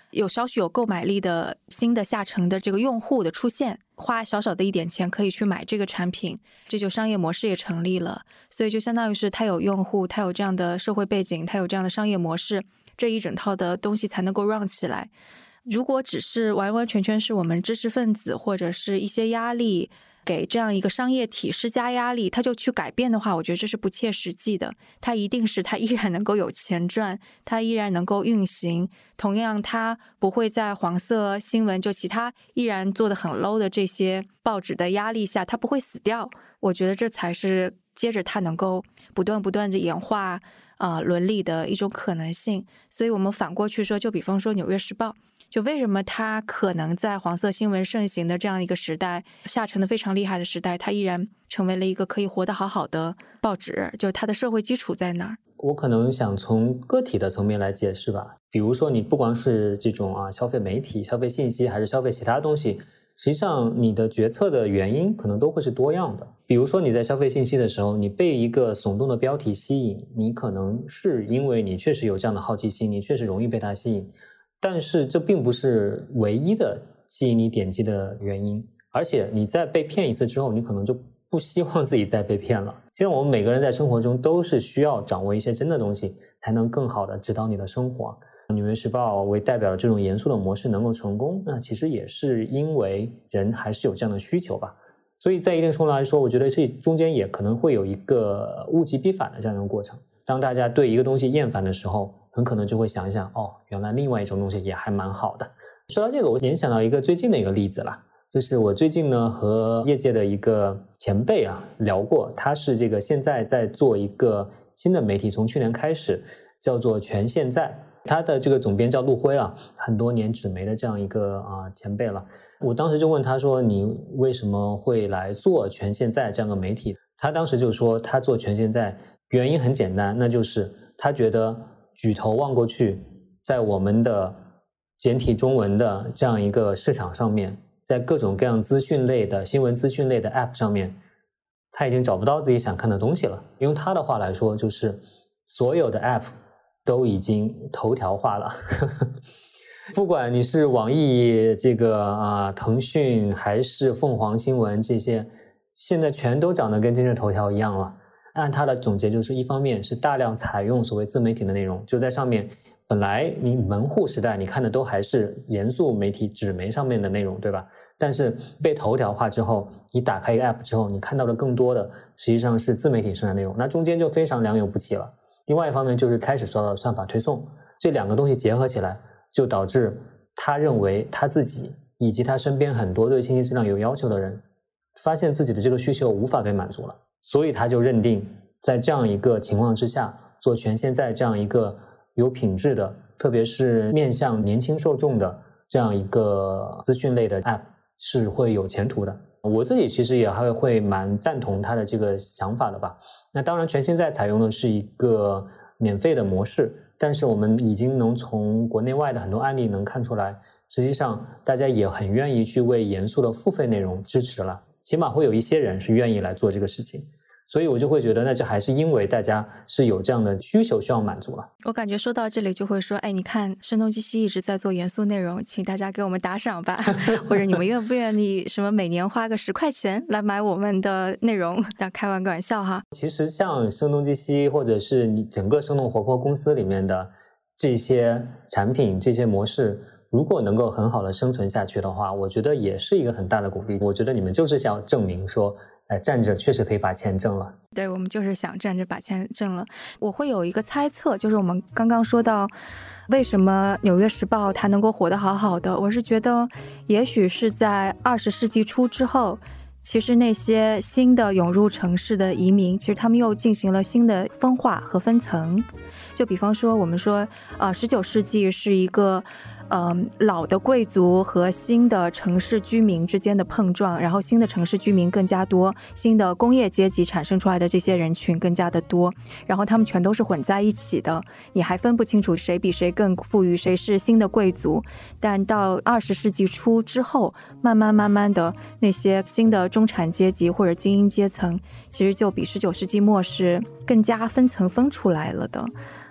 有稍许有购买力的新的下沉的这个用户的出现，花少少的一点钱可以去买这个产品，这就商业模式也成立了。所以就相当于是它有用户，它有这样的社会背景，它有这样的商业模式，这一整套的东西才能够 run 起来。如果只是完完全全是我们知识分子或者是一些压力给这样一个商业体施加压力，他就去改变的话，我觉得这是不切实际的。他一定是他依然能够有钱赚，他依然能够运行，同样他不会在黄色新闻就其他依然做得很 low 的这些报纸的压力下，他不会死掉。我觉得这才是接着他能够不断不断的演化呃伦理的一种可能性。所以我们反过去说，就比方说纽约时报，就为什么它可能在黄色新闻盛行的这样一个时代，下沉的非常厉害的时代，它依然成为了一个可以活得好好的报纸，就它的社会基础在哪儿？ 我可能想从个体的层面来解释吧。比如说你不光是这种啊消费媒体、消费信息，还是消费其他东西，实际上你的决策的原因可能都会是多样的。比如说你在消费信息的时候，你被一个耸动的标题吸引，你可能是因为你确实有这样的好奇心，你确实容易被它吸引，但是这并不是唯一的吸引你点击的原因。而且你在被骗一次之后，你可能就不希望自己再被骗了。其实我们每个人在生活中都是需要掌握一些真的东西，才能更好的指导你的生活。纽约时报为代表的这种严肃的模式能够成功，那其实也是因为人还是有这样的需求吧。所以在一定程度来说，我觉得这中间也可能会有一个物极必反的这样一个过程。当大家对一个东西厌烦的时候，很可能就会想一想，哦，原来另外一种东西也还蛮好的。说到这个，我联想到一个最近的一个例子了，就是我最近呢和业界的一个前辈啊聊过，他是这个现在在做一个新的媒体，从去年开始叫做全现在。他的这个总编叫陆辉啊，很多年纸媒的这样一个啊、呃、前辈了。我当时就问他说，你为什么会来做全现在这样的媒体？他当时就说，他做全现在原因很简单，那就是他觉得举头望过去，在我们的简体中文的这样一个市场上面，在各种各样资讯类的新闻资讯类的 App 上面，他已经找不到自己想看的东西了。用他的话来说，就是所有的 App都已经头条化了不管你是网易这个啊腾讯还是凤凰新闻，这些现在全都长得跟今日头条一样了。按他的总结，就是一方面是大量采用所谓自媒体的内容，就在上面本来你门户时代你看的都还是严肃媒体纸媒上面的内容，对吧？但是被头条化之后，你打开一个 app 之后，你看到的更多的实际上是自媒体上的内容，那中间就非常良莠不齐了。另外一方面就是开始受到算法推送，这两个东西结合起来，就导致他认为他自己以及他身边很多对信息质量有要求的人，发现自己的这个需求无法被满足了，所以他就认定在这样一个情况之下，做全现在这样一个有品质的，特别是面向年轻受众的这样一个资讯类的 app 是会有前途的。我自己其实也还会蛮赞同他的这个想法的吧。那当然全现在采用的是一个免费的模式，但是我们已经能从国内外的很多案例能看出来，实际上大家也很愿意去为严肃的付费内容支持了，起码会有一些人是愿意来做这个事情。所以我就会觉得那这还是因为大家是有这样的需求需要满足了。 我感觉说到这里就会说，哎，你看声东击西一直在做严肃内容，请大家给我们打赏吧或者你们愿不愿意什么每年花个十块钱来买我们的内容，那开玩玩笑哈。 其实像声东击西或者是你整个生动活泼公司里面的这些产品这些模式，如果能够很好的生存下去的话，我觉得也是一个很大的鼓励。我觉得你们就是想证明说哎，站着确实可以把钱挣了。 对，我们就是想站着把钱挣了。我会有一个猜测，就是我们刚刚说到为什么纽约时报它能够活得好好的，我是觉得也许是在二十世纪初之后，其实那些新的涌入城市的移民，其实他们又进行了新的分化和分层。就比方说我们说呃，十九世纪是一个呃，老的贵族和新的城市居民之间的碰撞，然后新的城市居民更加多，新的工业阶级产生出来的这些人群更加的多，然后他们全都是混在一起的，你还分不清楚谁比谁更富裕，谁是新的贵族。但到二十世纪初之后，慢慢慢慢的那些新的中产阶级或者精英阶层，其实就比十九世纪末是更加分层分出来了的。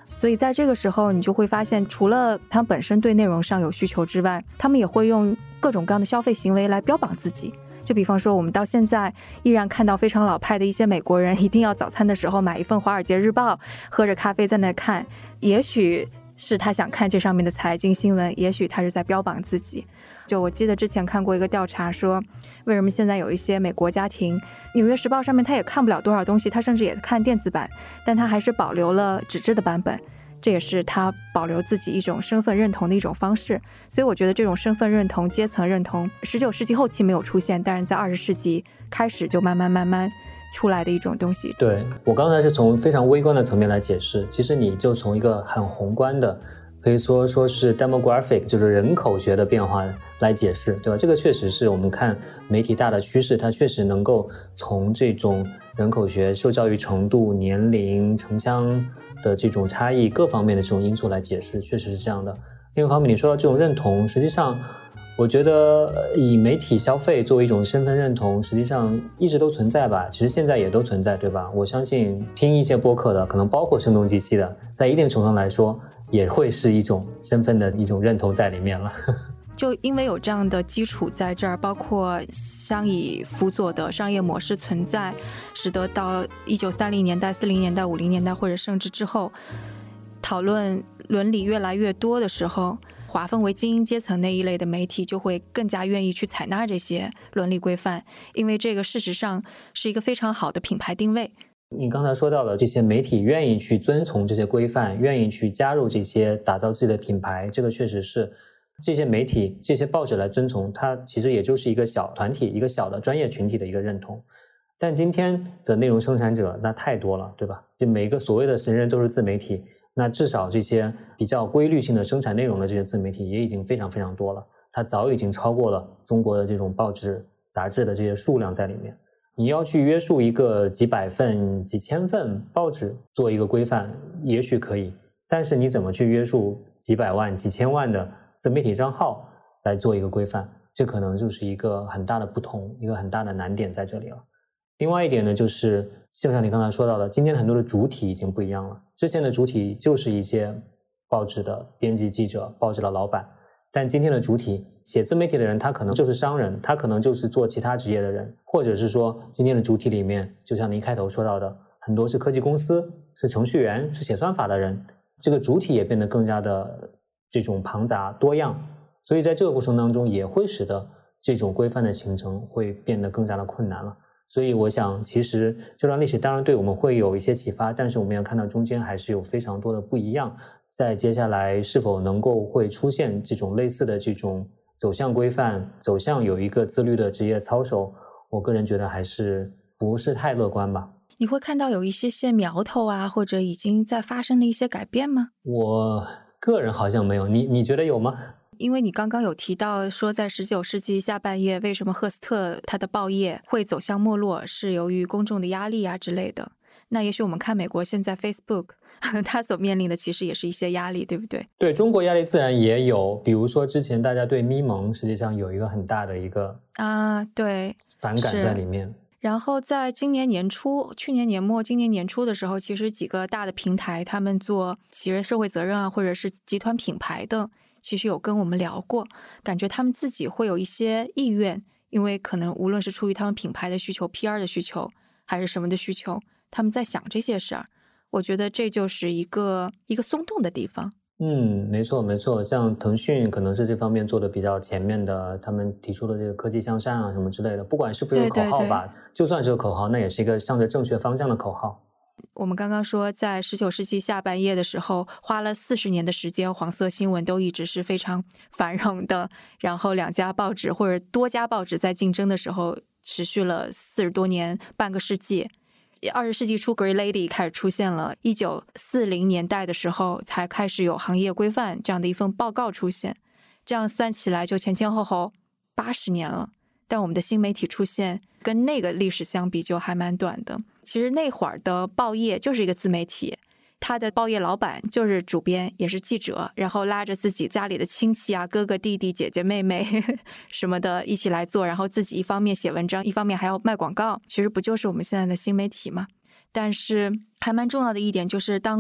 所以在这个时候你就会发现，除了他们本身对内容上有需求之外，他们也会用各种各样的消费行为来标榜自己。就比方说我们到现在依然看到非常老派的一些美国人，一定要早餐的时候买一份华尔街日报，喝着咖啡在那看，也许是他想看这上面的财经新闻，也许他是在标榜自己。就我记得之前看过一个调查说，为什么现在有一些美国家庭，纽约时报上面他也看不了多少东西，他甚至也看电子版，但他还是保留了纸质的版本，这也是他保留自己一种身份认同的一种方式。所以我觉得这种身份认同、阶层认同十九世纪后期没有出现，但是在二十世纪开始就慢慢慢慢出来的一种东西。 对，我刚才是从非常微观的层面来解释，其实你就从一个很宏观的，可以说说是 demographic， 就是人口学的变化来解释，对吧？这个确实是我们看媒体大的趋势，它确实能够从这种人口学、受教育程度、年龄、城乡的这种差异各方面的这种因素来解释，确实是这样的。另一方面，你说到这种认同，实际上我觉得以媒体消费作为一种身份认同，实际上一直都存在吧，其实现在也都存在，对吧？我相信听一些播客的，可能包括声东击西的，在一定程度上来说也会是一种身份的一种认同在里面了。 就因为有这样的基础在这儿，包括相以辅佐的商业模式存在，使得到一九三零年代、四零年代、五零年代或者甚至之后，讨论伦理越来越多的时候，划分为精英阶层那一类的媒体就会更加愿意去采纳这些伦理规范，因为这个事实上是一个非常好的品牌定位。 你刚才说到了这些媒体愿意去遵从这些规范，愿意去加入这些打造自己的品牌，这个确实是这些媒体这些报纸来遵从，它其实也就是一个小团体一个小的专业群体的一个认同。但今天的内容生产者那太多了，对吧？就每一个所谓的人人都是自媒体，那至少这些比较规律性的生产内容的这些自媒体也已经非常非常多了，它早已经超过了中国的这种报纸杂志的这些数量在里面。你要去约束一个几百份几千份报纸做一个规范也许可以，但是你怎么去约束几百万几千万的自媒体账号来做一个规范，这可能就是一个很大的不同，一个很大的难点在这里了。另外一点呢，就是就像你刚才说到的，今天很多的主体已经不一样了，之前的主体就是一些报纸的编辑记者，报纸的老板，但今天的主体写自媒体的人，他可能就是商人，他可能就是做其他职业的人，或者是说今天的主体里面就像你一开头说到的，很多是科技公司，是程序员，是写算法的人，这个主体也变得更加的这种庞杂多样，所以在这个过程当中也会使得这种规范的形成会变得更加的困难了。所以我想其实这段历史当然对我们会有一些启发，但是我们要看到中间还是有非常多的不一样，在接下来是否能够会出现这种类似的这种走向规范，走向有一个自律的职业操守，我个人觉得还是不是太乐观吧。 你会看到有一些些苗头啊，或者已经在发生的一些改变吗？ 我个人好像没有，你你觉得有吗？ 因为你刚刚有提到说在十九世纪下半叶为什么赫斯特他的报业会走向没落，是由于公众的压力啊之类的。那也许我们看美国现在 Facebook 它所面临的其实也是一些压力，对不对？ 对，中国压力自然也有，比如说之前大家对咪蒙实际上有一个很大的一个啊，对， 反感在里面。 然后在今年年初去年年末今年年初的时候，其实几个大的平台他们做企业社会责任啊，或者是集团品牌的，其实有跟我们聊过，感觉他们自己会有一些意愿，因为可能无论是出于他们品牌的需求 P R 的需求还是什么的需求，他们在想这些事儿。我觉得这就是一个一个松动的地方。 嗯，没错没错，像腾讯可能是这方面做的比较前面的，他们提出的这个科技向善啊什么之类的，不管是不是口号吧，对对对，就算是个口号，那也是一个向着正确方向的口号。 我们刚刚说在十九世纪下半叶的时候，花了四十年的时间，黄色新闻都一直是非常繁荣的，然后两家报纸或者多家报纸在竞争的时候持续了四十多年，半个世纪。二十世纪初 Grey Lady 开始出现了，一九四零年代的时候才开始有行业规范这样的一份报告出现，这样算起来就前前后后八十年了。但我们的新媒体出现跟那个历史相比就还蛮短的。其实那会儿的报业就是一个自媒体，他的报业老板就是主编也是记者，然后拉着自己家里的亲戚啊，哥哥弟弟姐姐妹妹呵呵什么的一起来做，然后自己一方面写文章一方面还要卖广告，其实不就是我们现在的新媒体吗？但是还蛮重要的一点就是当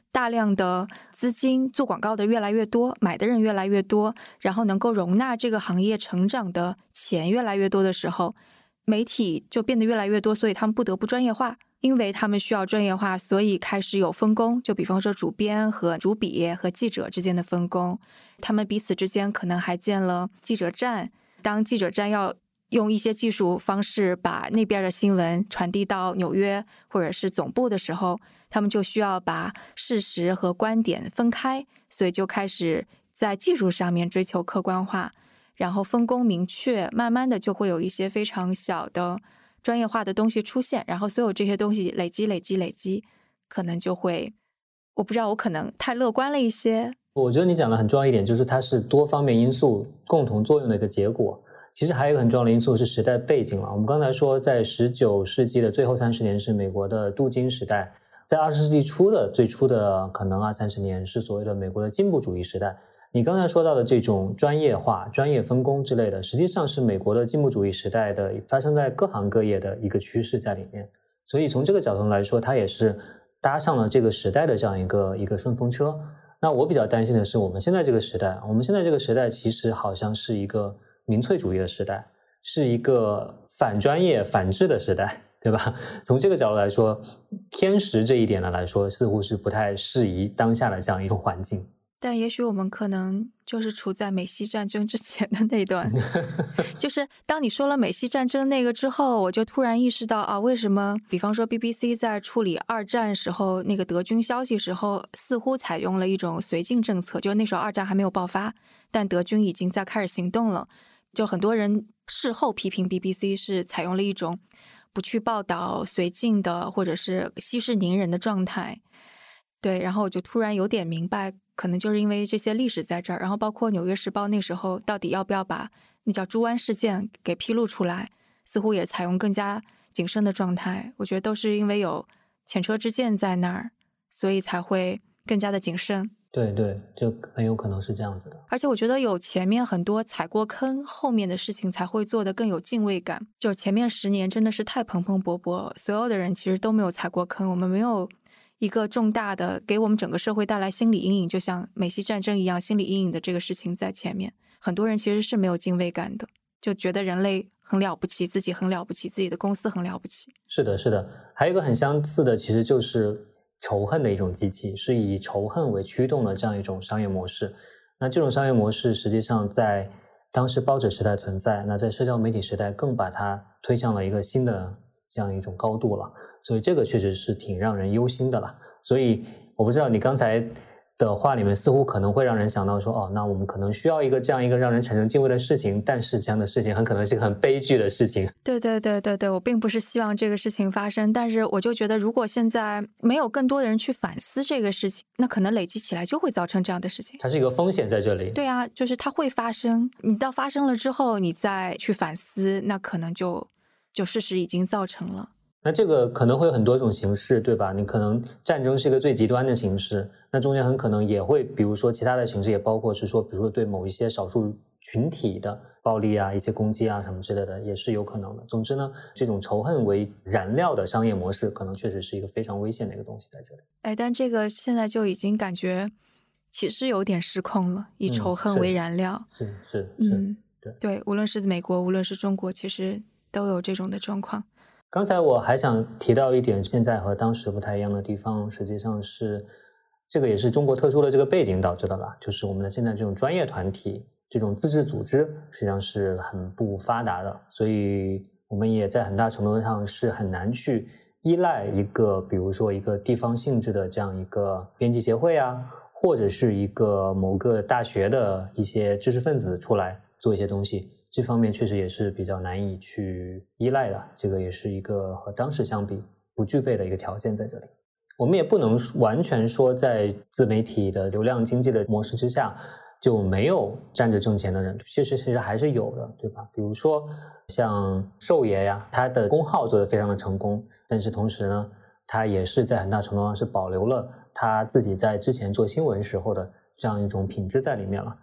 大量的资金做广告的越来越多，买的人越来越多，然后能够容纳这个行业成长的钱越来越多的时候，媒体就变得越来越多，所以他们不得不专业化。因为他们需要专业化，所以开始有分工，就比方说主编和主笔和记者之间的分工，他们彼此之间可能还建了记者站。当记者站要用一些技术方式把那边的新闻传递到纽约或者是总部的时候，他们就需要把事实和观点分开，所以就开始在技术上面追求客观化，然后分工明确，慢慢的就会有一些非常小的专业化的东西出现，然后所有这些东西累积累积累积，可能就会，我不知道，我可能太乐观了一些。 我觉得你讲的很重要一点，就是它是多方面因素共同作用的一个结果。其实还有一个很重要的因素是时代背景了。我们刚才说，在十九世纪的最后三十年是美国的镀金时代，在二十世纪初的最初的可能二三十年是所谓的美国的进步主义时代。你刚才说到的这种专业化、专业分工之类的，实际上是美国的进步主义时代的发生在各行各业的一个趋势在里面。所以从这个角度来说，它也是搭上了这个时代的这样一个一个顺风车。那我比较担心的是，我们现在这个时代，我们现在这个时代其实好像是一个民粹主义的时代，是一个反专业、反智的时代，对吧？从这个角度来说，偏食这一点呢来说，似乎是不太适宜当下的这样一种环境。 但也许我们可能就是处在美西战争之前的那段就是当你说了美西战争那个之后，我就突然意识到啊，为什么比方说 B B C 在处理二战时候那个德军消息时候，似乎采用了一种绥靖政策，就那时候二战还没有爆发，但德军已经在开始行动了。就很多人事后批评 B B C 是采用了一种不去报道绥靖的或者是息事宁人的状态。对，然后我就突然有点明白，可能就是因为这些历史在这儿，然后包括纽约时报那时候到底要不要把那叫猪湾事件给披露出来，似乎也采用更加谨慎的状态。我觉得都是因为有前车之鉴在那儿，所以才会更加的谨慎。 对对，就很有可能是这样子的。 而且我觉得有前面很多踩过坑，后面的事情才会做得更有敬畏感。就前面十年真的是太蓬蓬勃勃，所有的人其实都没有踩过坑，我们没有一个重大的给我们整个社会带来心理阴影，就像美西战争一样心理阴影的这个事情在前面，很多人其实是没有敬畏感的，就觉得人类很了不起，自己很了不起，自己的公司很了不起。 是的是的，还有一个很相似的其实就是仇恨的一种机器，是以仇恨为驱动的这样一种商业模式。那这种商业模式实际上在当时报纸时代存在，那在社交媒体时代更把它推向了一个新的这样一种高度了，所以这个确实是挺让人忧心的了。所以我不知道你刚才的话里面似乎可能会让人想到说，哦，那我们可能需要一个这样一个让人产生敬畏的事情，但是这样的事情很可能是个很悲剧的事情。 对对对对对，我并不是希望这个事情发生，但是我就觉得如果现在没有更多的人去反思这个事情，那可能累积起来就会造成这样的事情。 它是一个风险在这里。 对啊，就是它会发生，你到发生了之后你再去反思，那可能就就事实已经造成了。 那这个可能会有很多种形式，对吧？你可能战争是一个最极端的形式，那中间很可能也会比如说其他的形式，也包括是说比如说对某一些少数群体的暴力啊，一些攻击啊什么之类的，也是有可能的。总之呢，这种仇恨为燃料的商业模式可能确实是一个非常危险的一个东西在这里。 哎，但这个现在就已经感觉其实有点失控了，以仇恨为燃料。 嗯、是是是、 嗯、对对，无论是美国无论是中国，其实都有这种的状况。 刚才我还想提到一点现在和当时不太一样的地方，实际上是这个也是中国特殊的这个背景导致的吧，就是我们的现在这种专业团体，这种自治组织实际上是很不发达的，所以我们也在很大程度上是很难去依赖一个比如说一个地方性质的这样一个编辑协会啊，或者是一个某个大学的一些知识分子出来做一些东西，这方面确实也是比较难以去依赖的，这个也是一个和当时相比不具备的一个条件在这里。我们也不能完全说在自媒体的流量经济的模式之下就没有站着挣钱的人，确实其实还是有的，对吧？比如说像寿爷呀，他的公号做得非常的成功，但是同时呢，他也是在很大程度上是保留了他自己在之前做新闻时候的这样一种品质在里面了。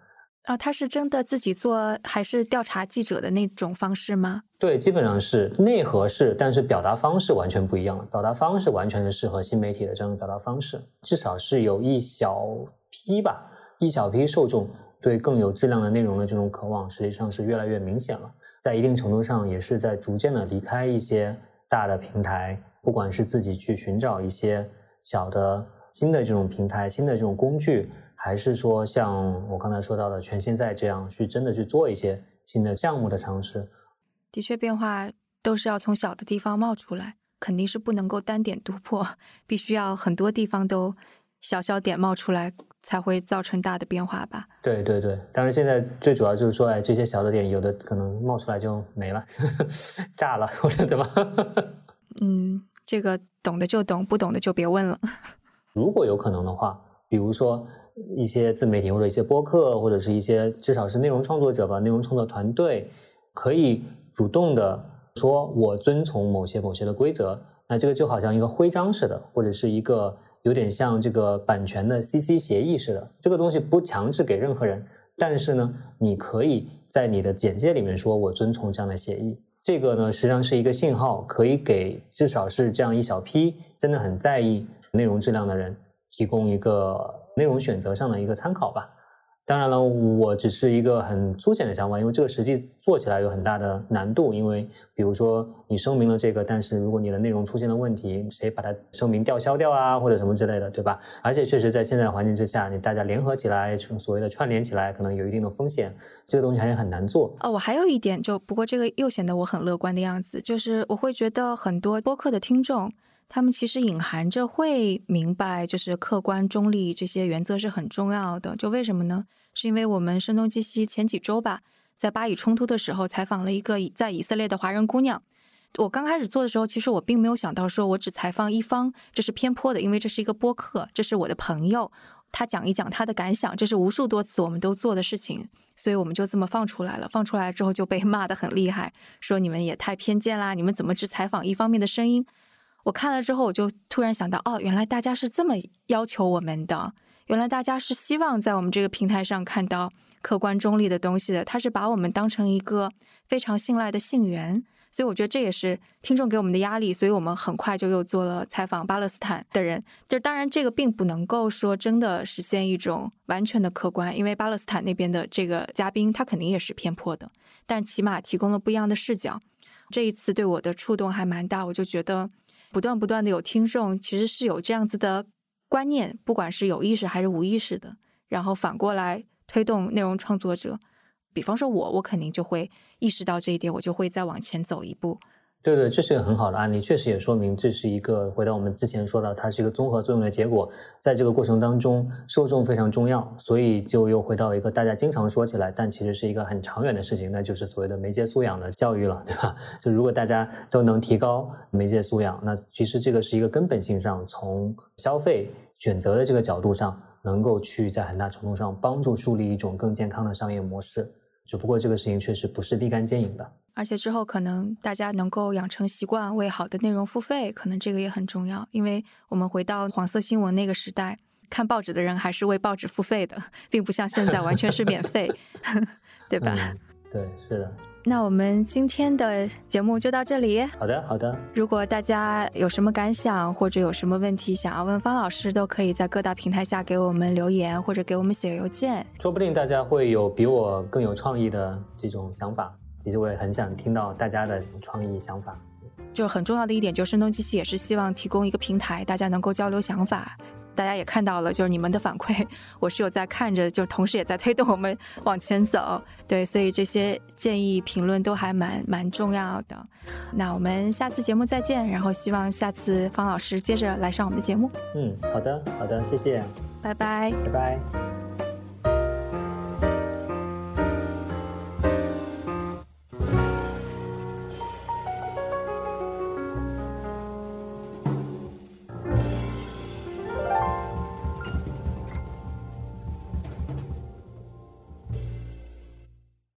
啊，他是真的自己做还是调查记者的那种方式吗？ 对，基本上是内核是，但是表达方式完全不一样了。表达方式完全是适合新媒体的这样的表达方式，至少是有一小批吧，一小批受众对更有质量的内容的这种渴望，实际上是越来越明显了。在一定程度上，也是在逐渐的离开一些大的平台，不管是自己去寻找一些小的新的这种平台、新的这种工具，还是说像我刚才说到的全现在这样去真的去做一些新的项目的尝试。 的确，变化都是要从小的地方冒出来，肯定是不能够单点突破，必须要很多地方都小小点冒出来，才会造成大的变化吧。 对对对，当然现在最主要就是说，哎，这些小的点有的可能冒出来就没了，炸了或者怎么。 嗯，这个懂的就懂，不懂的就别问了。 如果有可能的话，比如说一些自媒体或者一些播客，或者是一些至少是内容创作者吧，内容创作团队可以主动的说我遵从某些某些的规则，那这个就好像一个徽章似的，或者是一个有点像这个版权的 C C 协议似的，这个东西不强制给任何人，但是呢，你可以在你的简介里面说我遵从这样的协议。这个呢，实际上是一个信号，可以给至少是这样一小批真的很在意内容质量的人提供一个内容选择上的一个参考吧。当然了，我只是一个很粗浅的想法，因为这个实际做起来有很大的难度，因为比如说你声明了这个，但是如果你的内容出现了问题，谁把它声明吊销掉啊，或者什么之类的，对吧？而且确实在现在的环境之下，你大家联合起来，所谓的串联起来，可能有一定的风险，这个东西还是很难做。 哦，我还有一点就，不过这个又显得我很乐观的样子，就是我会觉得很多播客的听众，他们其实隐含着会明白，就是客观中立这些原则是很重要的。就为什么呢？是因为我们声东击西前几周吧，在巴以冲突的时候采访了一个在以色列的华人姑娘。我刚开始做的时候，其实我并没有想到说我只采访一方，这是偏颇的，因为这是一个播客，这是我的朋友，他讲一讲他的感想，这是无数多次我们都做的事情，所以我们就这么放出来了。放出来之后就被骂得很厉害，说你们也太偏见啦，你们怎么只采访一方面的声音？我看了之后，我就突然想到，哦，原来大家是这么要求我们的，原来大家是希望在我们这个平台上看到客观中立的东西的，他是把我们当成一个非常信赖的信源。所以我觉得这也是听众给我们的压力，所以我们很快就又做了采访巴勒斯坦的人。就当然这个并不能够说真的实现一种完全的客观，因为巴勒斯坦那边的这个嘉宾他肯定也是偏颇的，但起码提供了不一样的视角。这一次对我的触动还蛮大，我就觉得不断不断的有听众其实是有这样子的观念，不管是有意识还是无意识的，然后反过来推动内容创作者。比方说我我肯定就会意识到这一点，我就会再往前走一步。 对对，这是一个很好的案例，确实也说明这是一个回到我们之前说到，它是一个综合作用的结果。在这个过程当中，受众非常重要，所以就又回到一个大家经常说起来，但其实是一个很长远的事情，那就是所谓的媒介素养的教育了，对吧？就如果大家都能提高媒介素养，那其实这个是一个根本性上，从消费选择的这个角度上，能够去在很大程度上帮助树立一种更健康的商业模式。只不过这个事情确实不是立竿见影的， 而且之后可能大家能够养成习惯为好的内容付费，可能这个也很重要。因为我们回到黄色新闻那个时代，看报纸的人还是为报纸付费的，并不像现在完全是免费对吧、 嗯、对，是的。 那我们今天的节目就到这里。 好的好的， 如果大家有什么感想或者有什么问题想要问方老师，都可以在各大平台下给我们留言或者给我们写邮件， 说不定大家会有比我更有创意的这种想法，其实我也很想听到大家的创意想法。 就很重要的一点，就是声东击西也是希望提供一个平台，大家能够交流想法。大家也看到了，就是你们的反馈，我是有在看着，就同时也在推动我们往前走。对，所以这些建议评论都还蛮蛮重要的。那我们下次节目再见，然后希望下次方老师接着来上我们的节目。 嗯，好的好的，谢谢， 拜拜， 拜拜。